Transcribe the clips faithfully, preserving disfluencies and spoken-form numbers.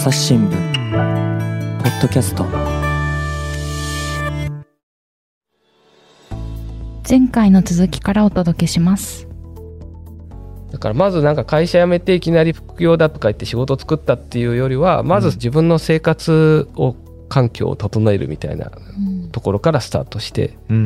朝日新聞ポッドキャスト。 前回の続きからお届けします。 だからまずなんか会社辞めていきなり副業だとか言って仕事を作ったっていうよりは、まず自分の生活を環境を整えるみたいなところからスタートして、うん、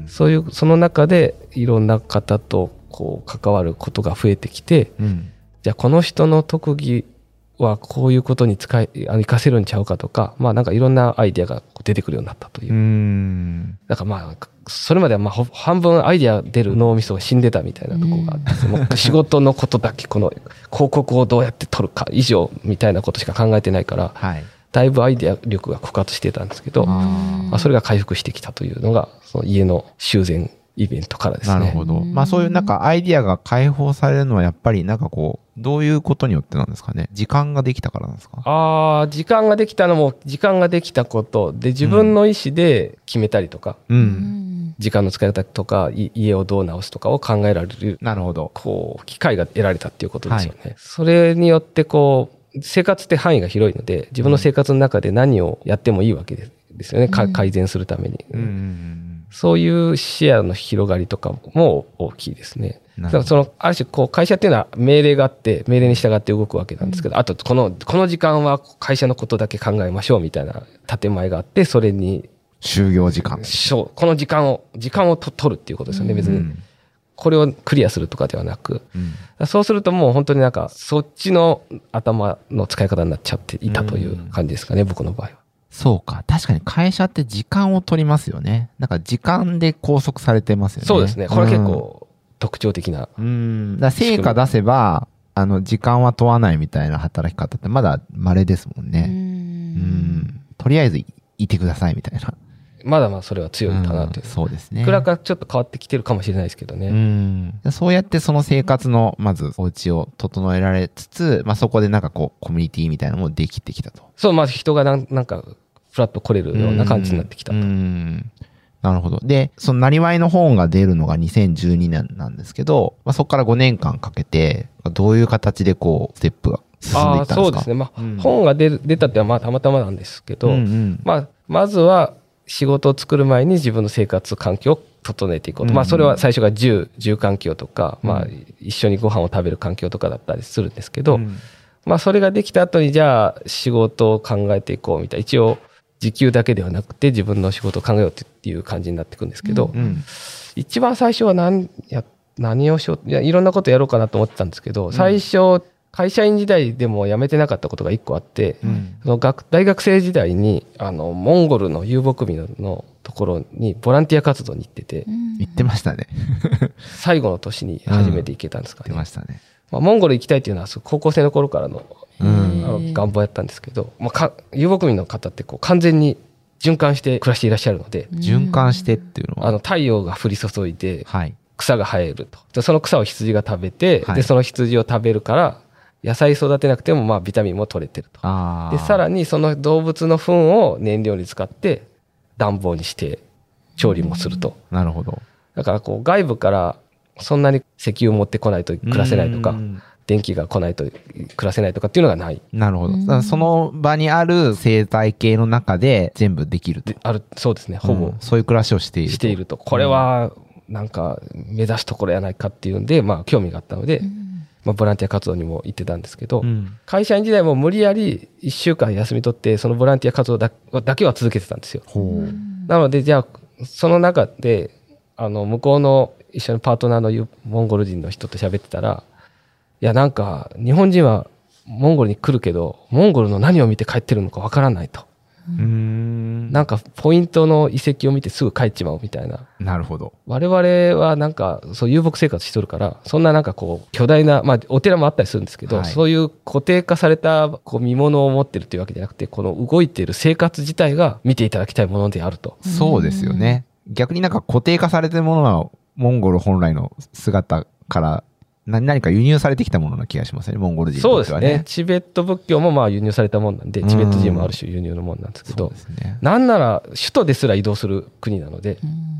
そういうその中でいろんな方とこう関わることが増えてきて、うん、じゃあこの人の特技はこういうことに使い活かせるんちゃうかとか、まあなんかいろんなアイデアが出てくるようになったという。うーんだからまあそれまではまあ半分アイデア出る脳みそが死んでたみたいなところがあって、もう仕事のことだけこの広告をどうやって撮るか以上みたいなことしか考えてないから、はい、だいぶアイデア力が枯渇してたんですけど、まあ、それが回復してきたというのがその家の修繕イベントからですね。 なるほど。まあそういうなんかアイディアが解放されるのはやっぱりなんかこうどういうことによってなんですかね。時間ができたからなんですか。 ああ、時間ができたのも時間ができたことで自分の意思で決めたりとか、うん、時間の使い方とか家をどう直すとかを考えられる。 なるほど。 こう機会が得られたっていうことですよね。はい、それによってこう生活って範囲が広いので自分の生活の中で何をやってもいいわけですよね。うん、改善するために。うんうんうんそういう視野の広がりとかも大きいですね。だからそのある種こう会社っていうのは命令があって命令に従って動くわけなんですけど、うん、あとこのこの時間は会社のことだけ考えましょうみたいな建前があって、それに就業時間そうこの時間を時間をと取るっていうことですよね。別にこれをクリアするとかではなく、うん、そうするともう本当になんかそっちの頭の使い方になっちゃっていたという感じですかね、うん、僕の場合は。 そうか。確かに会社って時間を取りますよね。なんか時間で拘束されてますよね。 そうですね。これ結構特徴的な。 うん。だから成果出せば、あの、時間は問わないみたいな働き方ってまだ稀ですもんね。うん。うんとりあえずいてくださいみたいな。 まだまあそれは強いかなという。 うん、そうですね。 いくらかちょっと変わってきてるかもしれないですけどね。 うん。そうやってその生活の、まずお家を整えられつつ、まあそこでなんかこう、コミュニティみたいなのもできてきたと。 そう、まず人がなんなんか、フラッと来れるような感じになってきたと。うんうんなるほど。で、そのなりわいの本が出るのがにせんじゅうにねんなんですけど、まあ、そこからごねんかんかけて、どういう形でこう、ステップが進んでいったんですか？あそうですね。まあ、うん、本が出る、出たってはまあたまたまなんですけど、うんうん、まあ、まずは仕事を作る前に自分の生活環境を整えていこうと。うんうん、まあ、それは最初が住、住環境とか、まあ、一緒にご飯を食べる環境とかだったりするんですけど、うん、まあ、それができた後に、じゃあ仕事を考えていこうみたいな。一応、時給だけではなくて自分の仕事を考えようっていう感じになっていくんですけど、うん、一番最初は何や何をしよういやいろんなことやろうかなと思ってたんですけど、うん、最初会社員時代でも辞めてなかったことが一個あって、うん、その学大学生時代にあのモンゴルの遊牧民のところにボランティア活動に行ってて、 うん、行ってましたね最後の年に初めて行けたんですかね、 うん、行ってましたね。 まあ、モンゴル行きたいっていうのは高校生の頃からのうん、あの願望やったんですけど、まあ、か遊牧民の方ってこう完全に循環して暮らしていらっしゃるので、 循環してっていうのはあの太陽が降り注いで草が生えると、でその草を羊が食べて、はい、でその羊を食べるから野菜育てなくてもまあビタミンも取れてると。でさらにその動物の糞を燃料に使って暖房にして調理もすると。 なるほど。 だからこう外部からそんなに石油を持ってこないと暮らせないとか、電気が来ないと暮らせないとかっていうのがない。 なるほど。だからその場にある生態系の中で全部できると。 ある、そうですね。ほぼ、うん、 そういう暮らしをしていると。 していると。これはなんか目指すところやないかっていうんで、まあ興味があったので、うん、まあボランティア活動にも行ってたんですけど、うん、会社員時代も無理やりいっしゅうかん休み取ってそのボランティア活動だ、だけは続けてたんですよ。なのでじゃあその中であの向こうの一緒にパートナーのモンゴル人の人と喋ってたら、いやなんか日本人はモンゴルに来るけどモンゴルの何を見て帰ってるのかわからないと。うーんなんかポイントの遺跡を見てすぐ帰っちまうみたいな。 なるほど。 我々はなんかそう遊牧生活しとるからそんななんかこう巨大なまあお寺もあったりするんですけど、はい、そういう固定化されたこう見物を持ってるというわけじゃなくて、この動いている生活自体が見ていただきたいものであると。 そうですよね。逆になんか固定化されてるものはモンゴル本来の姿から何か輸入されてきたものな気がしますね、モンゴル人にとってはね。 そうですね。チベット仏教もまあ輸入されたもんなんで、チベット人もある種輸入のもんなんですけど、ね、なんなら首都ですら移動する国なので、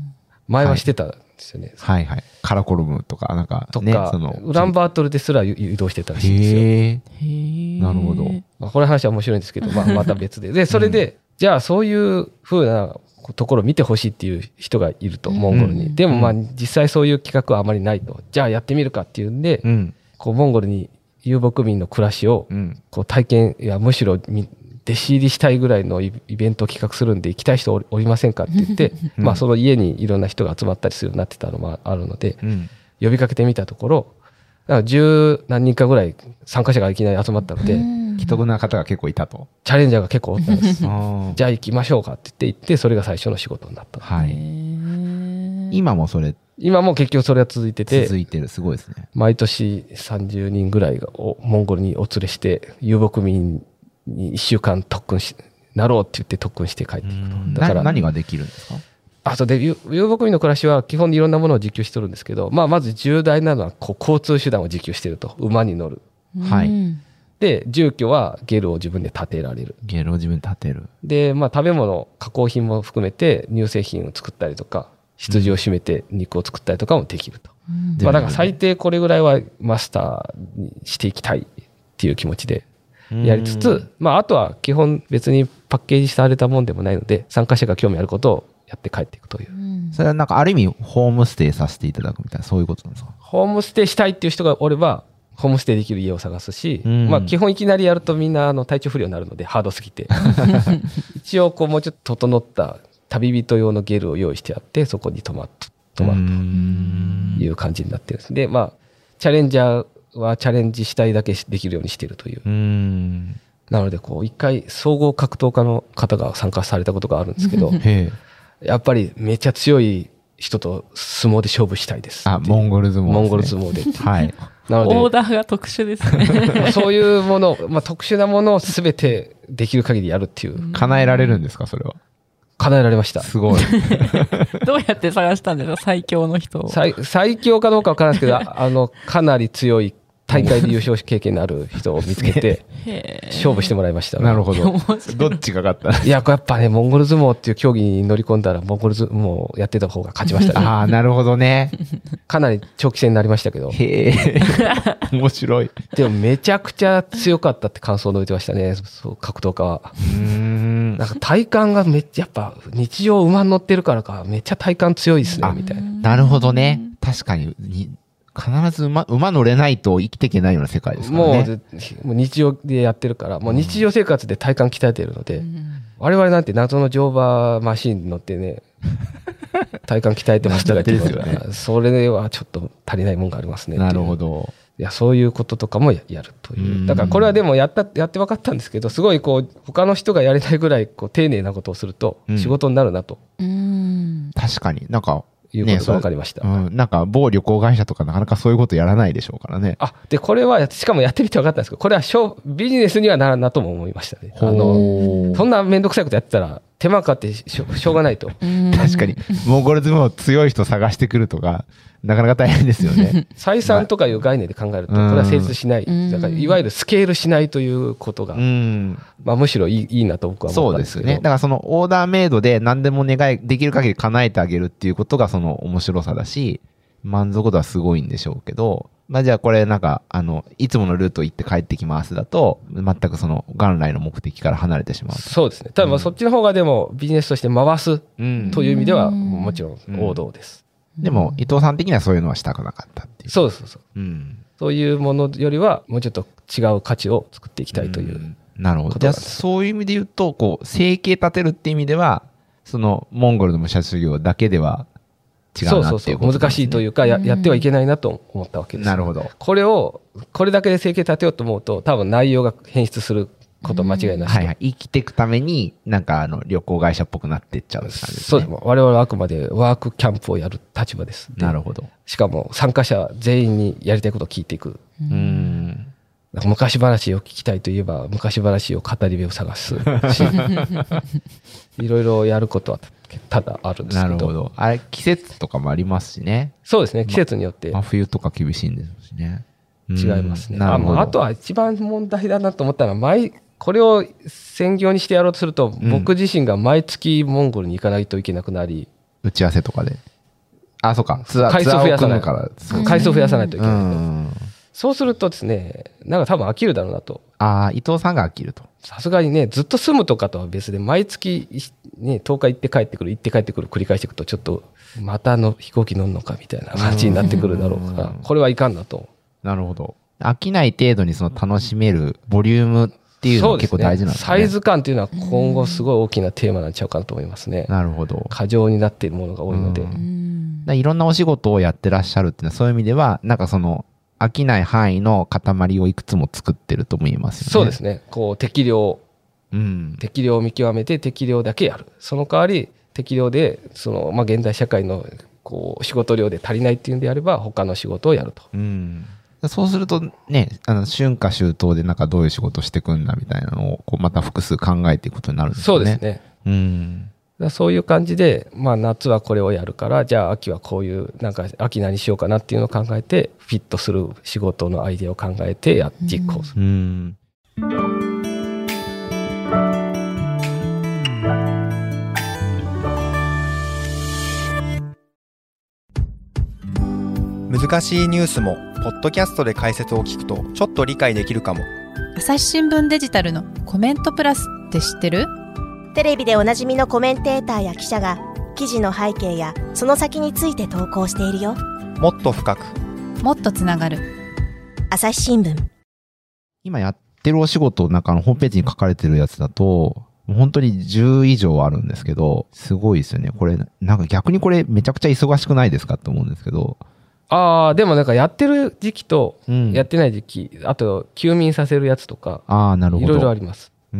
前はしてたんですよね。 はいはい。カラコルムとか、なんか、ね、 とか、 そのウランバートルですら移動してたらしいんですよ。 へへえ。なるほど。 まあ、これ話は面白いんですけど、まあ、また別で。で、それで、うん、じゃあそういう風なところを見てほしいっていう人がいると、モンゴルに。うん、でもまあ、実際そういう企画はあまりないと。じゃあやってみるかっていうんで、うん、こうモンゴルに遊牧民の暮らしをこう体験、いやむしろ弟子入りしたいぐらいのイベントを企画するんで行きたい人おりませんかって言って、うん、まあその家にいろんな人が集まったりするようになってたのもあるので、うん、呼びかけてみたところ、十何人かぐらい参加者がいきなり集まったので、 既得な方が結構いたと。 チャレンジャーが結構おったんです。じゃあ行きましょうかって言って行って、それが最初の仕事になった。 はい。今もそれ。 今も結局それは続いてて。 続いてる、すごいですね。 毎年さんじゅうにんぐらいをモンゴルにお連れして、遊牧民にいっしゅうかん特訓し、なろうって言って特訓して帰っていくと。 だから何ができるんですか？ あとで遊牧民の暮らしは基本いろんなものを実況してるんですけど、まあまず重大なのはこう交通手段を実況してると。馬に乗る。 はい。 で、住居はゲルを自分で建てられる。 ゲルを自分で建てる。 で、まあ食べ物、加工品も含めて乳製品を作ったりとか、羊を締めて肉を作ったりとかもできると。うん、まあだから最低これぐらいはマスターにしていきたいっていう気持ちでやりつつ、まああとは基本別にパッケージされたもんでもないので、参加者が興味あることをやって帰っていくという。 うん、それはなんかある意味ホームステイさせていただくみたいな、そういうことなんですか？ ホームステイしたいっていう人がおれば、ホームステイできる家を探すし、うん、まあ基本いきなりやるとみんなあの体調不良になるのでハードすぎて一応こうもうちょっと整った旅人用のゲルを用意してあって、そこに泊まるという感じになってるんです。で、まあチャレンジャーはチャレンジしたいだけできるようにしているという。うん、なのでこう一回総合格闘家の方が参加されたことがあるんですけどやっぱりめっちゃ強い人と相撲で勝負したいです。 あ、モンゴル相撲ですね。 モンゴル相撲で。 はい。 なのでオーダーが特殊ですね。 そういうもの、まあ、特殊なものを全てできる限りやるっていう。 叶えられるんですか、それは。 叶えられました。 すごい。 どうやって探したんですか、最強の人を。 最、最強かどうかわからないですけど、あの、かなり強い大会で優勝経験のある人を見つけて、勝負してもらいました、ね。 なるほど。どっちが勝った？ いや、やっぱね、モンゴル相撲っていう競技に乗り込んだら、モンゴル相撲をやってた方が勝ちましたね。 ああ、なるほどね。 かなり長期戦になりましたけど。 へえ。面白い。 でもめちゃくちゃ強かったって感想を述べてましたね、そう格闘家は。うーん。なんか体幹がめっちゃ、やっぱ日常馬に乗ってるからか、めっちゃ体幹強いですね、みたいな。 なるほどね。確かに。に必ず馬、馬乗れないと生きていけないような世界ですからね。 もう、もう日常でやってるから、もう日常生活で体幹鍛えてるので、うん、我々なんて謎の乗馬マシンに乗ってね、体幹鍛えてましたけど、ね、それはちょっと足りないもんがありますね。 なるほど。 いや、そういうこととかもやるという。だからこれはでもやった、やって分かったんですけど、すごいこう、他の人がやれないぐらいこう丁寧なことをすると仕事になるなと。 うん、確かになんか、 いうことが分かりました、 ね、うん。なんか某旅行会社とかなかなかそういうことやらないでしょうからね。 あ、で、これは、しかもやってみて分かったんですけど、これはビジネスにはならんなとも思いましたね。あの、そんなめんどくさいことやってたら、手間かかってしょ、しょうがないと。 確かに。モンゴル相撲強い人探してくるとか、なかなか大変ですよね。 採算とかいう概念で考えると、これは成立しない。だから、いわゆるスケールしないということが、まあむしろいい、いいなと僕は思ったんですけど。 そうですね。だからそのオーダーメイドで何でも願い、できる限り叶えてあげるっていうことがその面白さだし、満足度はすごいんでしょうけど、まあじゃあこれなんか、あの、いつものルート行って帰ってきますだと、全くその元来の目的から離れてしまう。 そうですね。ただまあそっちの方がでもビジネスとして回すという意味ではもちろん王道です。 うん、でも伊藤さん的にはそういうのはしたくなかったっていう。 そうそうそう。うん、そういうものよりはもうちょっと違う価値を作っていきたいという。うん、 なるほど。じゃあそういう意味で言うと、こう、生計立てるっていう意味では、そのモンゴルの武者修行だけでは、違うなっていうことですね。そうそうそう。難しいというかや、やってはいけないなと思ったわけです。 なるほど。 これを、これだけで生計立てようと思うと、多分内容が変質すること間違いなし。 はいはい。生きていくために、なんかあの、旅行会社っぽくなっていっちゃう感じですね。 そうです。我々はあくまでワークキャンプをやる立場です。 なるほど。 しかも参加者全員にやりたいことを聞いていく。うん。昔話を聞きたいといえば、昔話を語り部を探すし、いろいろやることはただあるんですけど。 なるほど。あれ、季節とかもありますしね。 そうですね、季節によって。 ま、真冬とか厳しいんですしね。 違いますね。あ, あとは一番問題だなと思ったのは、毎、これを専業にしてやろうとすると、うん、僕自身が毎月モンゴルに行かないといけなくなり。 打ち合わせとかで。 あ、そうか。ツアー、 回数増やさないツアーを組むからそう。 回数増やさないといけうない。 ん。 そうするとですね、なんか多分飽きるだろうなと。 ああ、伊藤さんが飽きると。 さすがにね、ずっと住むとかとは別で、毎月、ね、とおか行って帰ってくる、行って帰ってくる繰り返していくと、ちょっと、またの飛行機乗るのかみたいな感じになってくるだろうから、これはいかんなと。 なるほど。飽きない程度にその楽しめるボリュームっていうのが結構大事なんですね。 サイズ感っていうのは今後すごい大きなテーマなんちゃうかなと思いますね。 なるほど。 過剰になっているものが多いので。 だいろんなお仕事をやってらっしゃるっていうのは、そういう意味では、なんかその、飽きない範囲の塊をいくつも作ってると思いますよね。 そうですね。こう、適量、 うん、 適量を見極めて適量だけやる。その代わり、適量で、その、まあ、現代社会の、こう、仕事量で足りないっていうんであれば、他の仕事をやると。 うん、そうするとね、あの春夏秋冬でなんかどういう仕事していくんだみたいなのを、こうまた複数考えていくことになるんですね。 そうですね。 うん。 だそういう感じで、まあ、夏はこれをやるから、じゃあ秋はこういう、なんか秋何しようかなっていうのを考えて、フィットする仕事のアイデアを考えてや実行する。 うん。 難しいニュースもポッドキャストで解説を聞くとちょっと理解できるかも。 朝日新聞デジタルのコメントプラスって知ってる？ テレビでおなじみのコメンテーターや記者が記事の背景やその先について投稿しているよ。 もっと深く、 もっとつながる。 朝日新聞。 今やってるお仕事なんかのホームページに書かれてるやつだと、本当にじゅう以上あるんですけど、すごいですよね。これ、なんか逆にこれめちゃくちゃ忙しくないですかって思うんですけど。 ああ、でもなんかやってる時期とうん、 やってない時期、あと休眠させるやつとか、 ああ、なるほど。 いろいろあります。 うん。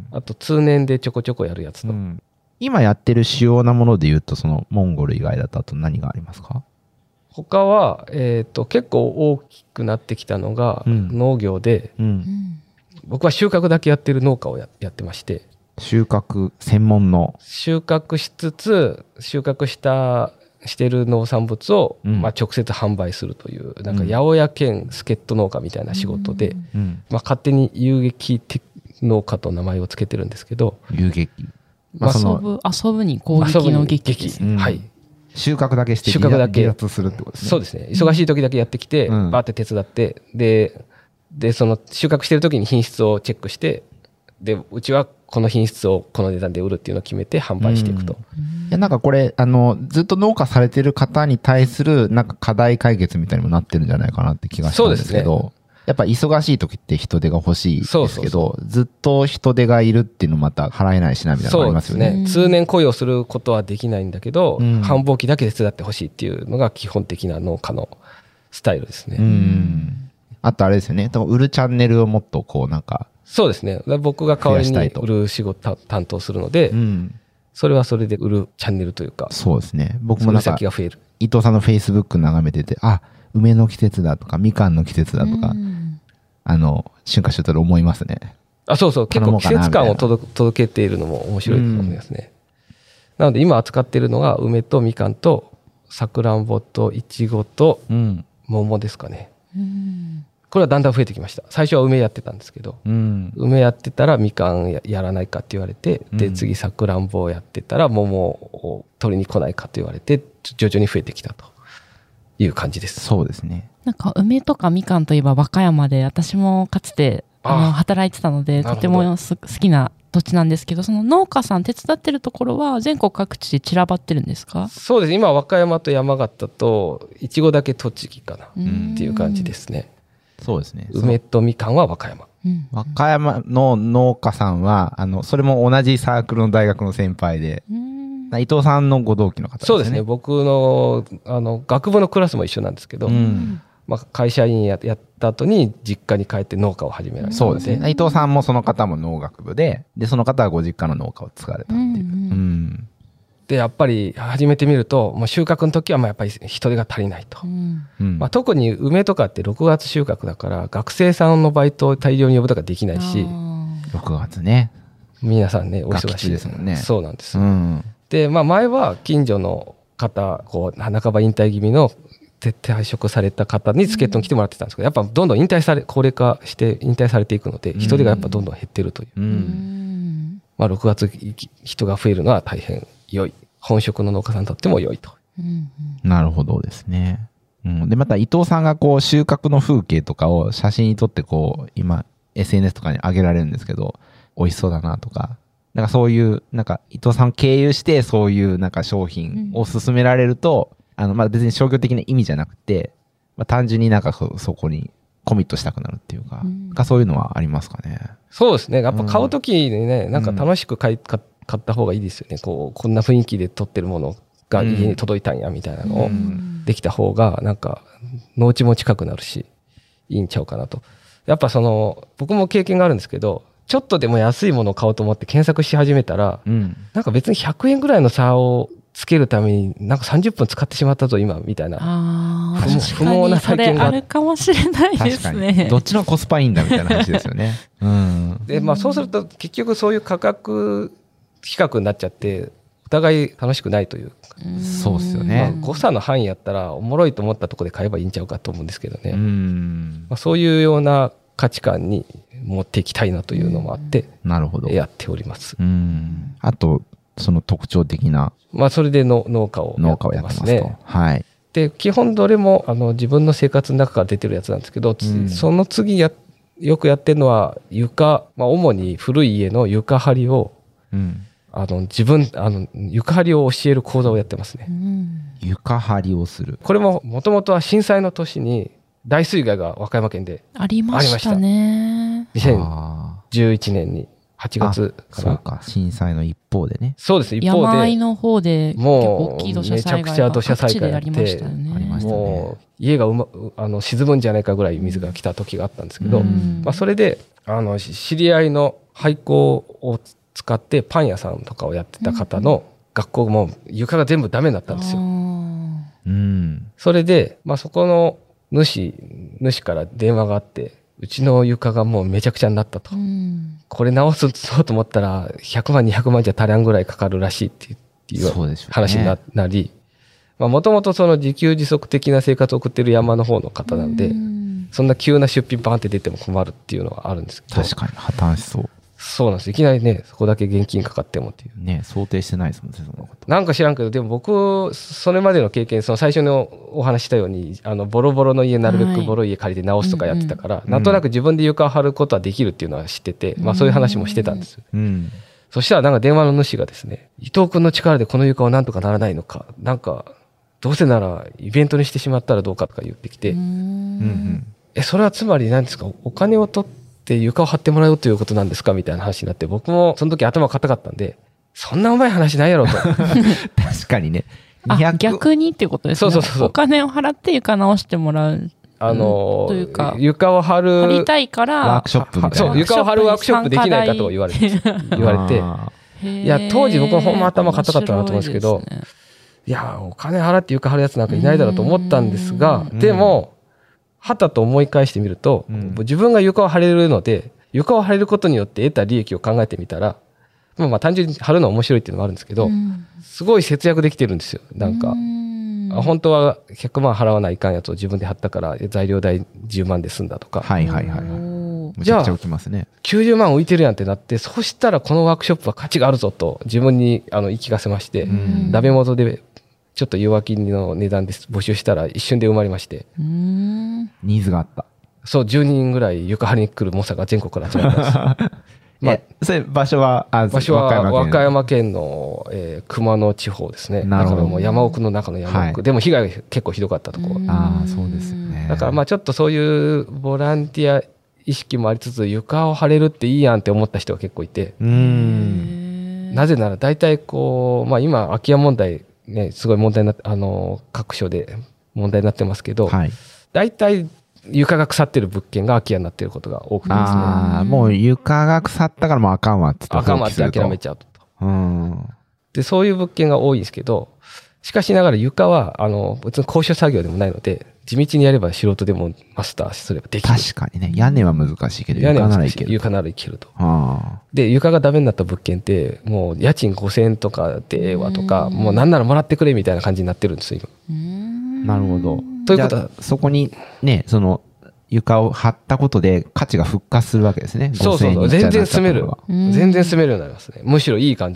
あと通年でちょこちょこやるやつと。 うん、今やってる主要なもので言うと、そのモンゴル以外だとあと何がありますか？ 他は、えっと、結構大きくなってきたのがうん農業で、 う。 うんん。 僕は収穫だけやってる農家を や, やってまして、 収穫専門の。 収穫しつつ、収穫したしてる農産物を、 うんまあ、直接販売するという、なんか八百屋兼助っ人農家みたいな仕事で、 うん。 まあ、勝手に遊撃農家と名前をつけてるんですけど、 遊撃。 まあその遊ぶ、遊ぶに攻撃の劇ですね。 うんはい。 収穫だけして収穫だけ離脱するってことですね。 そうですね。忙しい時だけやってきて、 うんバーって手伝って、で、で、その収穫してる時に品質をチェックして、で、うちはこの品質をこの値段で売るっていうのを決めて販売していくと。 いや、なんかこれ、あの、ずっと農家されてる方に対する、なんか課題解決みたいにもなってるんじゃないかなって気がしたんですけそうど、やっぱ忙しい時って人手が欲しいですけど、 そうそうずっと人手がいるっていうのまた払えないしなみたいなのがありますよね。 そうですね。通年雇用することはできないんだけど、 うん繁忙期だけ手伝ってほしいっていうのが基本的な農家のスタイルですね。 うん。あとあれですよね。だから売るチャンネルをもっとこうなんか、 そうですね。だから僕が代わりに増やしたいと売る仕事担当するので、 うん。 それはそれで売るチャンネルというか、 そうですね。僕そのもなんか先、が増える。 伊藤さんのフェイスブック眺めてて、あ、梅の季節だとか、みかんの季節だとか、 うんあの、春夏秋冬で思いますね。 あ、そうそう。結構季頼もうかな節感を届届けているのも面白いと思いますね。なので今扱っているのが梅とみかんとさくらんぼといちごとうん。 桃ですかね。 うんこれはだんだん増えてきました。最初は梅やってたんですけど、 うん。 梅やってたらみかんややらないかって言われて、で、 うん次さくらんぼをやってたら桃を取りに来ないかと言われて、徐々に増えてきたという感じです。 そうですね。 なんか梅とかみかんといえば和歌山で、私もかつてあのあ働いてたので、 なるほどとてもす好きな土地なんですけど、その農家さん手伝ってるところは全国各地で散らばってるんですか？ そうです。今和歌山と山形といちごだけ栃木かなうんっていう感じですね。 そうですね。 梅とみかんは和歌山。 うん和歌山の農家さんは、あの、それも同じサークルの大学の先輩で、 うん伊藤さんのご同期の方ですね。 そうですね。僕の、あの、学部のクラスも一緒なんですけど、 うん。 まあ、会社員ややった後に実家に帰って農家を始められたので、 そうですね。伊藤さんもその方も農学部で、で、その方はご実家の農家を継がれたっていう。 うんうんうん。 で、やっぱり始めてみると、もう収穫の時はまあやっぱり人手が足りないと。 うんうん。 まあ、特に梅とかってろくがつ収穫だから、学生さんのバイトを大量に呼ぶとかできないし、 あろくがつね。 皆さんね、お忙学期しいですもんねそうなんです。 うん。 で、まあ前は近所の方、こう、半ば引退気味の退職された方に助っ人に来てもらってたんですけど、やっぱどんどん引退され、高齢化して引退されていくので、人手がやっぱどんどん減ってるという。 う。 ーうんんまあろくがつ人が増えるのは大変良い。本職の農家さんにとっても良いとうんなるほどですね。うん、で、また伊藤さんがこう収穫の風景とかを写真に撮ってこう、今 エスエヌエス とかに上げられるんですけど、美味しそうだなとか、なんかそういう、なんか伊藤さんを経由してそういうなんか商品を勧められると、うん、あの、まあ別に商業的な意味じゃなくて、まあ単純になんか そ, そこにコミットしたくなるっていうか、うん、かそういうのはありますかね。 そうですね。やっぱ買うときにね、うん、なんか楽しく買い、買った方がいいですよね。こう、こんな雰囲気で撮ってるものが家に届いたんやみたいなのをできた方が、なんか、農地も近くなるし、いいんちゃうかなと。やっぱその、僕も経験があるんですけど、ちょっとでも安いものを買おうと思って検索し始めたら、うん、なんか別にひゃくえんぐらいの差をつけるために、なんかさんじゅっぷん使ってしまったぞ、今、みたいな。 ああ、 不毛な体験があるかもしれないですね。 どっちのコスパいいんだみたいな話ですよね。うん。 で、まあそうすると結局そういう価格比較になっちゃって、お互い楽しくないというか。 そうですよね。 まあ、誤差の範囲やったらおもろいと思ったところで買えばいいんちゃうかと思うんですけどね。うんまあ、そういうような価値観に持っていきたいなというのもあって、 なるほど。 やっております。 うんあと、その特徴的な。 まあそれでの農家をやってますね。農家をやってますと。はい。で、基本どれもあの自分の生活の中から出てるやつなんですけど、うん、その次や、よくやってるのは床、まあ主に古い家の床張りを、うんあの自分あの床張りを教える講座をやってますね、うん、 床張りをする。 これももともとは震災の年に大水害が和歌山県でありましたね。 にせんじゅういちねんにはちがつかな。 そうか、震災の一方でね。 そうです、一方で山あいの方でもう大きい土砂災害が各地でありましたよね。 ありましたね。 もう家がう、ま、あの沈むんじゃないかぐらい水が来た時があったんですけど、うんまあ、それであの知り合いの廃校を使ってパン屋さんとかをやってた方の学校も床が全部ダメになったんですよ。うん、それで、まあ、そこの主、主から電話があって、うちの床がもうめちゃくちゃになったと。うん、これ直すそうと思ったらひゃくまんにひゃくまんじゃ足りんぐらいかかるらしいっていう話に な, なり、もともとその自給自足的な生活を送ってる山の方の方なんで、うん、そんな急な出費バンって出ても困るっていうのはあるんですけど。 確かに破綻しそう。 そうなんです。いきなりね、そこだけ現金かかってもっていう。 ね、想定してないですもんね、そんなこと。 なんか知らんけど、でも僕、それまでの経験、その最初のお話したように、あの、ボロボロの家、なるべくボロい家借りて直すとかやってたから、はいうんうん、なんとなく自分で床を張ることはできるっていうのは知ってて、うん、まあそういう話もしてたんです。うん、そしたらなんか電話の主がですね、伊藤君の力でこの床をなんとかならないのか、なんか、どうせならイベントにしてしまったらどうかとか言ってきて、うんうん、え、それはつまり何ですか、お金を取って、で床を張ってもらうということなんですかみたいな話になって、僕もその時頭固かったんで、そんなうまい話ないやろと。 確かにね。 あ、逆にってことですね。そうそうそう。お金を払って床直してもらう。 あのー、というか、床を張る。 張りたいから。 ワークショップみたいな。 そう、床を張るワークショップできないかと言われて、言われて。いや、当時僕もほんま頭固かったなと思うんですけど、ね、いや、お金払って床張るやつなんかいないだろうと思ったんですが、でも、はたと思い返してみると、うん、自分が床を張れるので、床を張れることによって得た利益を考えてみたら、まあ、まあ単純に張るのは面白いっていうのもあるんですけど、うん、すごい節約できてるんですよ。なんか、んあ本当はひゃくまん払わないかんやつを自分で貼ったから材料代じゅうまんで済んだとか。 はいはいはい、はい。むちゃくちゃ浮きますね。 きゅうじゅうまん浮いてるやんってなって、そしたらこのワークショップは価値があるぞと自分にあの言い聞かせまして、ダメ元でちょっと弱気の値段で募集したら一瞬で埋まりまして。 うーんニーズがあった。 そう、じゅうにんぐらい床張りに来る猛者が全国から集まります。 まあ、それ場所は、あ場所は和歌山県の、えー、熊野地方ですね。だからもう山奥の中の山奥。はい、でも被害が結構ひどかったところ。 ああ、そうですよね。 だからまあちょっとそういうボランティア意識もありつつ、床を張れるっていいやんって思った人が結構いて。うーんなぜなら大体こう、まあ今空き家問題ね、すごい問題になって、あの、各所で問題になってますけど、はい、大体床が腐ってる物件が空き家になっていることが多くてですね。 ああ、もう床が腐ったからもうあかんわってあかんわって諦めちゃうと。うん。で、そういう物件が多いんですけど、しかしながら床は、あの、別に高所作業でもないので、地道にやれば素人でもマスターすればできる。 確かにね。屋根は難しいけど、床ならいける。 床ならいけると。で、床がダメになった物件って、もう家賃ごせんえんとかでええわとか、もうなんならもらってくれみたいな感じになってるんですよ、 今。なるほど。 ということは、 そこにね、その、床を張ったことで価値が復活するわけですね。 そうそうそう。全然住める。全然住めるようになりますね。むしろいい感じに。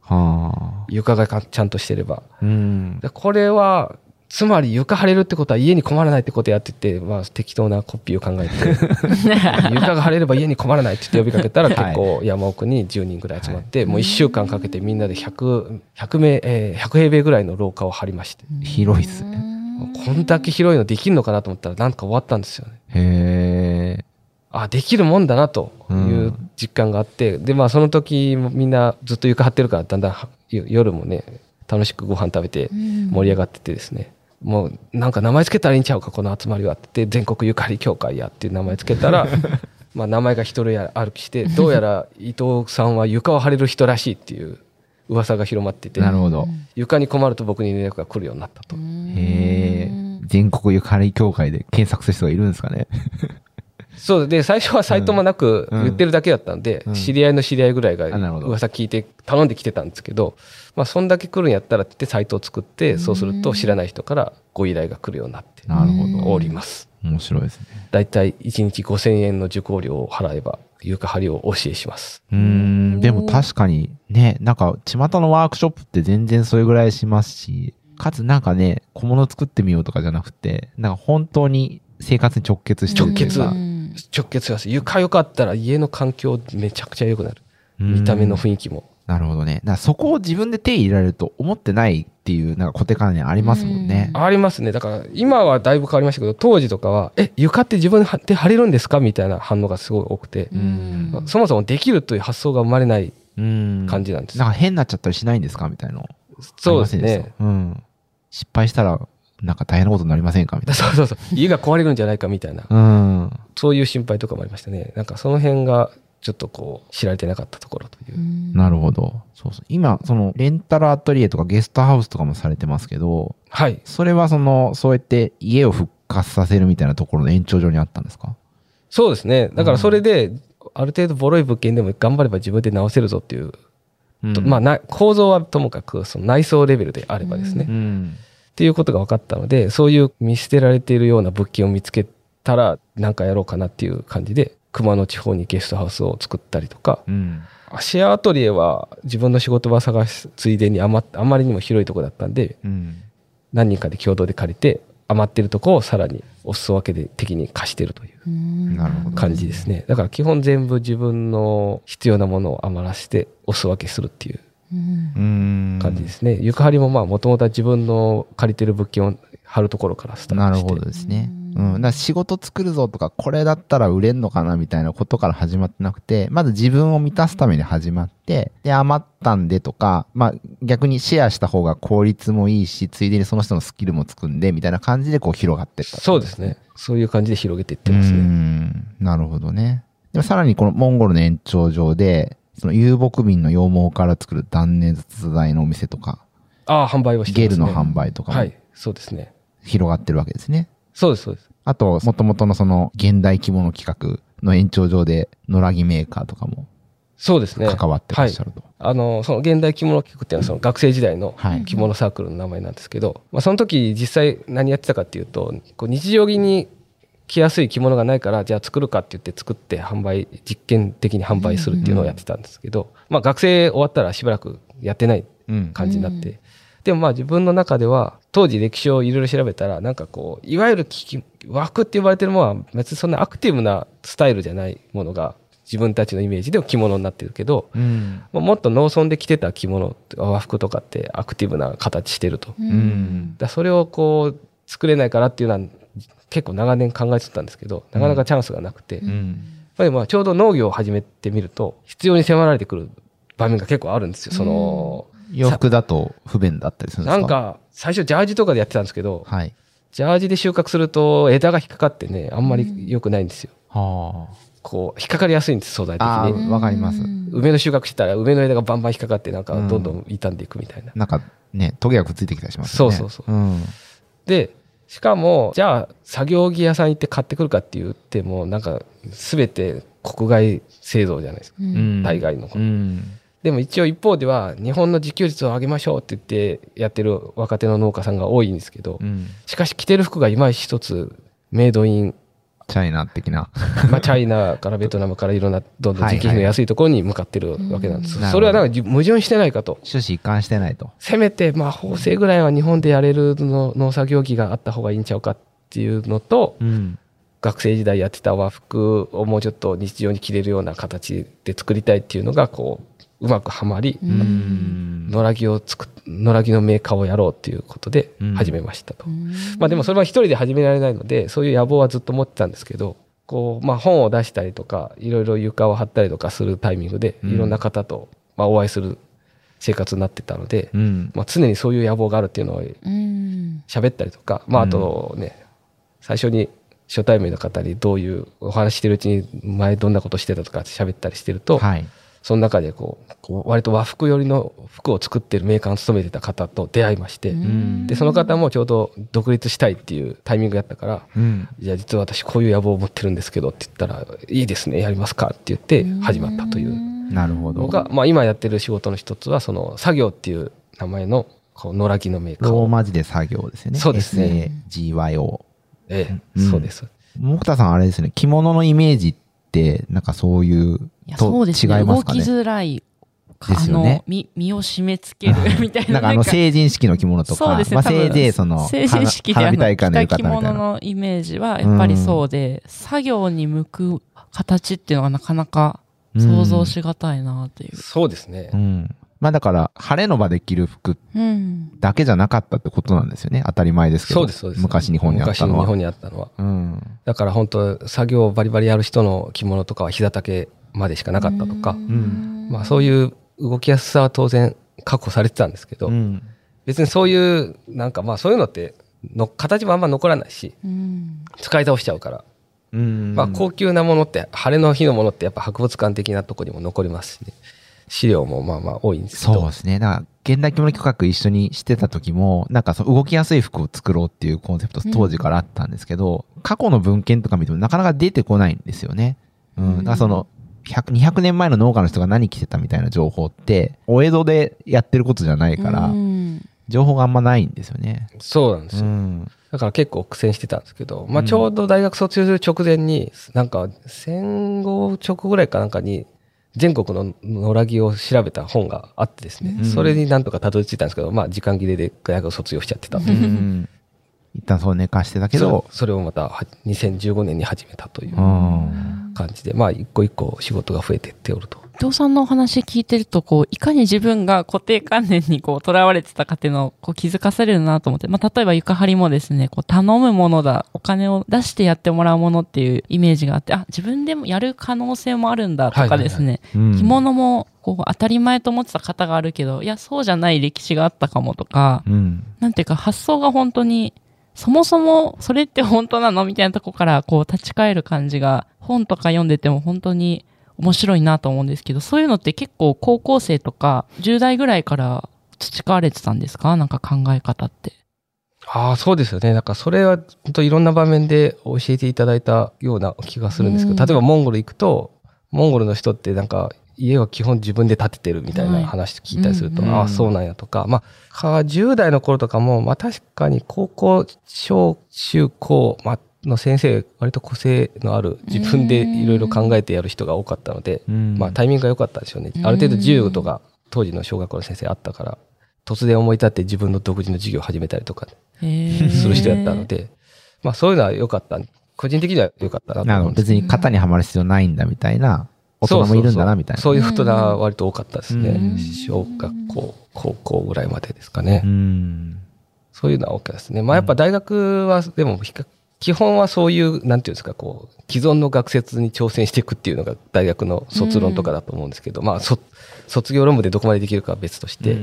はあ。 床がかちゃんとしてれば。 うん。 でこれはつまり床張れるってことは家に困らないってことやって言って、まあ、適当なコピーを考えて床が張れれば家に困らないって言って呼びかけたら結構山奥にじゅうにんぐらい集まって、はい、もういっしゅうかんかけてみんなでひゃく、ひゃくめい、えー、ひゃくへいべいぐらいの廊下を張りまして。 広いっすね。 こんだけ広いのできるのかなと思ったらなんか終わったんですよね。 へえ。 あ、できるもんだなという実感があって、うん、でまあその時もみんなずっと床張ってるからだんだん夜もね楽しくご飯食べて盛り上がっててですね、うん、もうなんか名前つけたらいいんちゃうかこの集まりはって全国ゆかり協会やっていう名前つけたらまあ名前が一人歩きしてどうやら伊藤さんは床を張れる人らしいっていう噂が広まってて、 なるほど。 床に困ると僕に連絡が来るようになったと。 へえ。全国ゆかり協会で検索する人がいるんですかね。 そうで最初はサイトもなく言ってるだけだったんで、うんうん、知り合いの知り合いぐらいが噂聞いて頼んできてたんですけど、まあそんだけ来るんやったらってサイトを作って、そうすると知らない人からご依頼が来るようになっております。 面白いですね。 だいたいいちにちごせんえんの受講料を払えば床張りをお教えします。 うーん、でも確かにね、なんか巷のワークショップって全然それぐらいしますし、かつなんかね、小物作ってみようとかじゃなくて、なんか本当に生活に直結してる。 直結。直結します。床良かったら家の環境めちゃくちゃ良くなる。見た目の雰囲気も。 なるほどね。だからそこを自分で手入れられると思ってないっていうなんか固定観念ありますもんね。 ありますね。だから今はだいぶ変わりましたけど、当時とかはえ床って自分で張れるんですかみたいな反応がすごい多くて、そもそもできるという発想が生まれない感じなんです。 なんか変になっちゃったりしないんですかみたいな。 そうですね。 うん。失敗したらなんか大変なことになりませんかみたいな。 そうそうそう。家が壊れるんじゃないかみたいな。 うん。 そういう心配とかもありましたね。なんかその辺がちょっとこう知られてなかったところという。 なるほど。そうそう。今そのレンタルアトリエとかゲストハウスとかもされてますけど、 はい。 それはそのそうやって家を復活させるみたいなところの延長上にあったんですか？ そうですね。だからそれで、うん、ある程度ボロい物件でも頑張れば自分で直せるぞっていう。うん、まあな構造はともかくその内装レベルであればですね。うんうんっていうことが分かったので、そういう見捨てられているような物件を見つけたら何かやろうかなっていう感じで熊野地方にゲストハウスを作ったりとか、うん、シェアアトリエは自分の仕事場探すついでにあま、あまりにも広いところだったんで、うん、何人かで共同で借りて余ってるとこをさらにお裾分けで的に貸してるという感じですね。だから基本全部自分の必要なものを余らせてお裾分けするっていう感じですね。床張りもまあもともとは自分の借りてる物件を張るところからスタートして。 なるほどですね。うん、だから仕事作るぞとかこれだったら売れんのかなみたいなことから始まってなくて、まず自分を満たすために始まって、で余ったんでとか、まあ逆にシェアした方が効率もいいし、ついでにその人のスキルもつくんでみたいな感じでこう広がっていった、ね。 そうですね。そういう感じで広げていってますね。 うん、なるほどね。でもさらにこのモンゴルの延長上で。その遊牧民の羊毛から作る断熱材のお店とか、 ああ、販売をしてますね。 ゲルの販売とかも、はい、 そうですね。 広がってるわけですね。 そうです、そうです。 あと、もともとのその現代着物企画の延長上で、野良着メーカーとかも、 そうですね。 関わってらっしゃると。 はい、あの、その現代着物企画っていうのはその学生時代の着物サークルの名前なんですけど、はい、まあその時実際何やってたかっていうと、こう日常着に着やすい着物がないからじゃあ作るかって言って作って販売実験的に販売するっていうのをやってたんですけど、うんうん、まあ学生終わったらしばらくやってない感じになって、うん、でもまあ自分の中では当時歴史をいろいろ調べたらなんかこういわゆる和服って呼ばれてるものは別にそんなアクティブなスタイルじゃないものが自分たちのイメージでは着物になってるけど、うん、もっと農村で着てた着物和服とかってアクティブな形してると、うん、だそれをこう作れないからっていうのは結構長年考えてたんですけどなかなかチャンスがなくて、うん、やっぱりまあちょうど農業を始めてみると必要に迫られてくる場面が結構あるんですよ。その、 うん、洋服だと不便だったりするんですか？ なんか最初ジャージとかでやってたんですけど、 はい、 ジャージで収穫すると枝が引っかかってねあんまり良くないんですよ、うん、はあ、こう引っかかりやすいんです素材的に。 わかります。 梅の収穫してたら梅の枝がバンバン引っかかってなんかどんどん傷んでいくみたいな、うん、 なんかねトゲがくっついてきたりしますよね。 そうそうそう、うん、でしかもじゃあ作業着屋さん行って買ってくるかって言ってもなんか全て国外製造じゃないですか、うん、大概の、うん、でも一応一方では日本の自給率を上げましょうって言ってやってる若手の農家さんが多いんですけど、うん、しかし着てる服がいまいち一つメイドインチャイナ的な。 まあチャイナからベトナムからいろんなどんどん人件費の安いところに向かってるわけなんです。 はいはい、 それはなんか矛盾してないかと。 趣旨一貫してないと。 せめてまあ縫製ぐらいは日本でやれるの農作業機があった方がいいんちゃうかっていうのと、うん、学生時代やってた和服をもうちょっと日常に着れるような形で作りたいっていうのがこううまくはまり、野良着を作っ野良着のメーカーをやろうっていうことで始めましたと。まあでもそれは一人で始められないので、そういう野望はずっと持ってたんですけど、こうまあ本を出したりとかいろいろ床を張ったりとかするタイミングでいろんな方とまあお会いする生活になってたので、まあ常にそういう野望があるっていうのを喋ったりとか、まああとね、最初に初対面の方にどういうお話してるうちに前どんなことしてたとか喋ったりしてると、はい、その中でこう、こう割と和服寄りの服を作ってるメーカーに勤めてた方と出会いまして、でその方もちょうど独立したいっていうタイミングやったから、うん、じゃあ実は私こういう野望を持ってるんですけどって言ったらいいですねやりますかって言って始まったというのが、まあ、今やってる仕事の一つはその作業っていう名前のこう野良着のメーカーローマ字で作業ですよね。 そうですね。 エスエージーワイオー。 ええ、うん、そうです。 木田さんあれですね、着物のイメージってなんかそういうと違いますかね。 動きづらいですよね。身身を締め付けるみたいな。 なんかあの成人式の着物とか、そうですね、まあ、せいぜいその成人式であの着た着物のイメージはやっぱりそうで、うん、作業に向く形っていうのがなかなか想像しがたいなという、 うん、そうですね、 うん、まあだから晴れの場で着る服だけじゃなかったってことなんですよね。当たり前ですけど。 そうですそうです。 昔日本にあったのは。 昔日本にあったのは、うん、だから本当作業をバリバリやる人の着物とかは膝丈までしかなかったとか、うん、まあそういう動きやすさは当然確保されてたんですけど、うん、別にそういうなんかまあそういうのっての形もあんま残らないし、うん、使い倒しちゃうから、うん、まあ高級なものって晴れの日のものってやっぱ博物館的なとこにも残りますしね。資料もまあまあ多いんですけど。 そうですね。だから現代着物企画一緒にしてた時もなんかその動きやすい服を作ろうっていうコンセプト当時からあったんですけど、うん、過去の文献とか見てもなかなか出てこないんですよね。うん、だからそのひゃく、にひゃくねんまえの農家の人が何着てたみたいな情報ってお江戸でやってることじゃないから、うん、情報があんまないんですよね。 そうなんですよ、うん、だから結構苦戦してたんですけど、まあ、ちょうど大学卒業する直前になんか戦後直後ぐらいかなんかに全国の野良着を調べた本があってですね、うん、それになんとかたどり着いたんですけど、まあ時間切れで大学を卒業しちゃってたという、うん、 一旦そう寝かしてたけどそ, それをまたにせんじゅうごねんに始めたという感じで、まあ一個一個仕事が増えていっておると。 伊藤さんのお話聞いてると、こういかに自分が固定観念にこうとらわれてたかっていうのをこう気づかされるなと思って、まあ例えば床張りもですね、こう頼むものだ、お金を出してやってもらうものっていうイメージがあって、あ、自分でもやる可能性もあるんだとかですね、はいはいはい、着物もこう当たり前と思ってた方があるけど、いやそうじゃない歴史があったかもとか、うん、なんていうか発想が本当にそもそもそれって本当なのみたいなとこからこう立ち返る感じが本とか読んでても本当に面白いなと思うんですけど、そういうのって結構高校生とかじゅう代ぐらいから培われてたんですか？なんか考え方って。 ああ、そうですよね。なんかそれは本当いろんな場面で教えていただいたような気がするんですけど、例えばモンゴル行くとモンゴルの人ってなんか家は基本自分で建ててるみたいな話聞いたりすると、はい、ああそうなんやとか、まあじゅう代の頃とかもまあ確かに高校小中高、まあの先生割と個性のある自分でいろいろ考えてやる人が多かったので、まあタイミングが良かったでしょうね。ある程度自由とか当時の小学校の先生あったから突然思い立って自分の独自の授業を始めたりとかする人やったので、まあそういうのは良かった。個人的には良かったなと思うんです。 別に型にはまる必要ないんだみたいな大人もいるんだなみたいな。 そういう人が割と多かったですね。小学校高校ぐらいまでですかね。うんそういうのは多かったですね。まあやっぱ大学はでも比較基本はそういう、なんていうんですか、こう、既存の学説に挑戦していくっていうのが大学の卒論とかだと思うんですけど、うん、まあ、そ、卒業論文でどこまでできるかは別として、うん、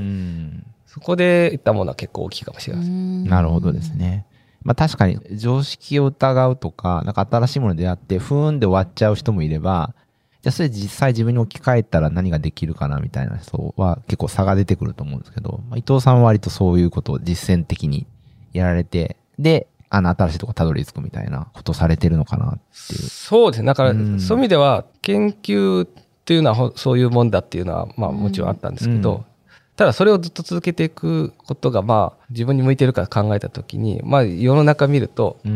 そこでいったものは結構大きいかもしれないです。 なるほどですね。まあ確かに常識を疑うとか、なんか新しいものに出会って、ふーんで終わっちゃう人もいれば、じゃあそれ実際自分に置き換えたら何ができるかなみたいな人は結構差が出てくると思うんですけど、まあ、伊藤さんは割とそういうことを実践的にやられて、で、あの新しいとこたどり着くみたいなことされてるのかなっていう。 そうですね。だから、うん、そういう意味では研究っていうのはそういうもんだっていうのはまあもちろんあったんですけど、うん、ただそれをずっと続けていくことがまあ自分に向いてるか考えたときに、まあ世の中見ると、うん、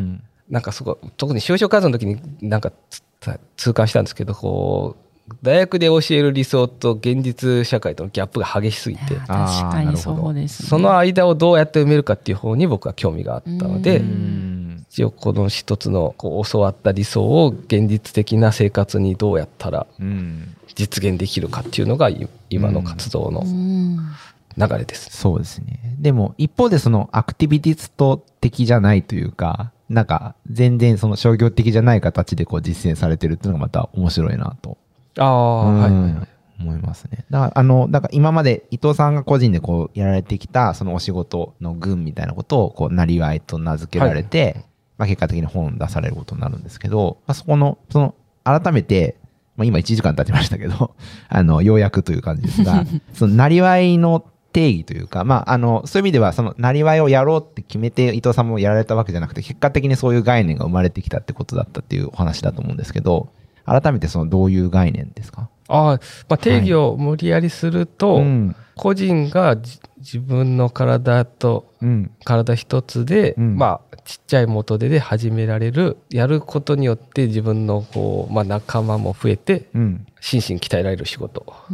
なんかすごい特に就職活動の時になんか痛感したんですけど、こう大学で教える理想と現実社会とのギャップが激しすぎて、 確かにそうですね。 その間をどうやって埋めるかっていう方に僕は興味があったので、一応この一つのこう教わった理想を現実的な生活にどうやったら実現できるかっていうのが今の活動の流れです。 そうですね。でも一方でそのアクティビティスト的じゃないというか、なんか全然その商業的じゃない形でこう実践されてるっていうのがまた面白いなと。 ああ、はい、 思いますね。だからあの、だから今まで伊藤さんが個人でこうやられてきたそのお仕事の群みたいなことをこうなりわいと名付けられて、はい、まあ結果的に本を出されることになるんですけど、まあ、そこの、その改めて、まあ今いちじかん経ちましたけど、あの、ようやくという感じですが、そのなりわいの定義というか、まあ、あの、そういう意味では、その、なりわいをやろうって決めて、伊藤さんもやられたわけじゃなくて、結果的にそういう概念が生まれてきたってことだったっていうお話だと思うんですけど、改めてその、どういう概念ですか？ ああ、まあ、定義を無理やりすると、はい、うん、個人が自分の体と、うん、体一つで、うん、まあ、ちっちゃい元手で始められる、やることによって自分の、こう、まあ、仲間も増えて、うん、心身鍛えられる仕事。うん、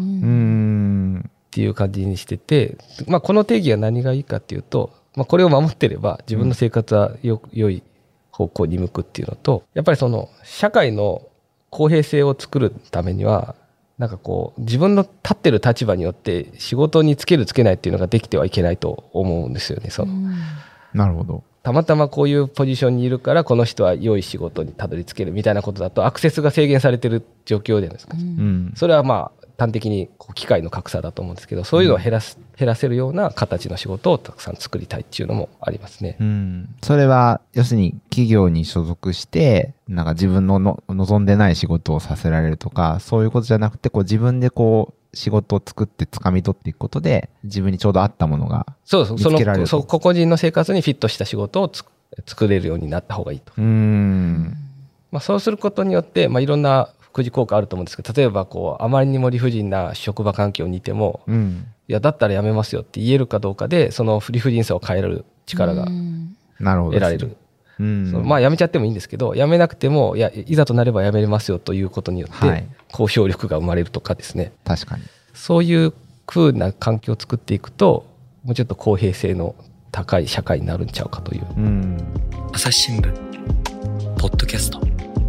っていう感じにしてて、まあ、この定義は何がいいかっていうと、まあ、これを守ってれば自分の生活はよ、うん、良い方向に向くっていうのと、やっぱりその社会の公平性を作るためには、なんかこう自分の立ってる立場によって仕事につけるつけないっていうのができてはいけないと思うんですよね。その、うん、 なるほど。 たまたまこういうポジションにいるからこの人は良い仕事にたどり着けるみたいなことだとアクセスが制限されてる状況じゃないですか。うん、それはまあ端的にこう機械の格差だと思うんですけど、そういうのを減らす、減らせるような形の仕事をたくさん作りたいっていうのもありますね。 うん、それは要するに企業に所属してなんか自分のの望んでない仕事をさせられるとか、そういうことじゃなくて、こう自分でこう仕事を作って掴み取っていくことで自分にちょうど合ったものが見つけられると。 そうそう、その個々人の生活にフィットした仕事をつ作れるようになった方がいいと。うーん、まあ、そうすることによって、まあ、いろんな副次効果あると思うんですけど、例えばこうあまりにも理不尽な職場環境にいても、うん、いやだったらやめますよって言えるかどうかで、その理不尽さを変える力が得られる。うん、そのまあやめちゃってもいいんですけど、やめなくてもいやいざとなればやめれますよということによって、はい、交渉力が生まれるとかですね。 確かにそういう風な環境を作っていくと、もうちょっと公平性の高い社会になるんちゃうかという。うん、 朝日新聞ポッドキャスト。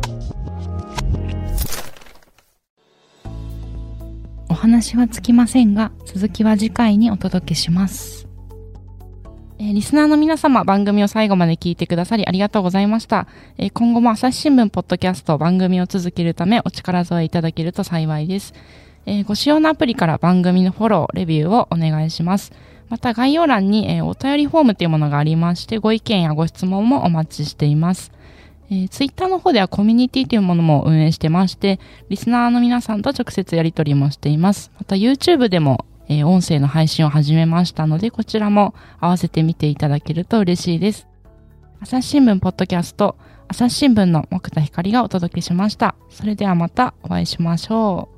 お話はつきませんが、続きは次回にお届けします。えー、リスナーの皆様、番組を最後まで聞いてくださりありがとうございました。えー、今後も朝日新聞ポッドキャスト番組を続けるためお力添えいただけると幸いです。えー、ご使用のアプリから番組のフォロー、レビューをお願いします。また概要欄に、えー、お便りフォームというものがありまして、ご意見やご質問もお待ちしています。えー、ツイッターの方ではコミュニティというものも運営してまして、リスナーの皆さんと直接やり取りもしています。また YouTube でも、えー、音声の配信を始めましたので、こちらも合わせて見ていただけると嬉しいです。朝日新聞ポッドキャスト、朝日新聞の木田光がお届けしました。それではまたお会いしましょう。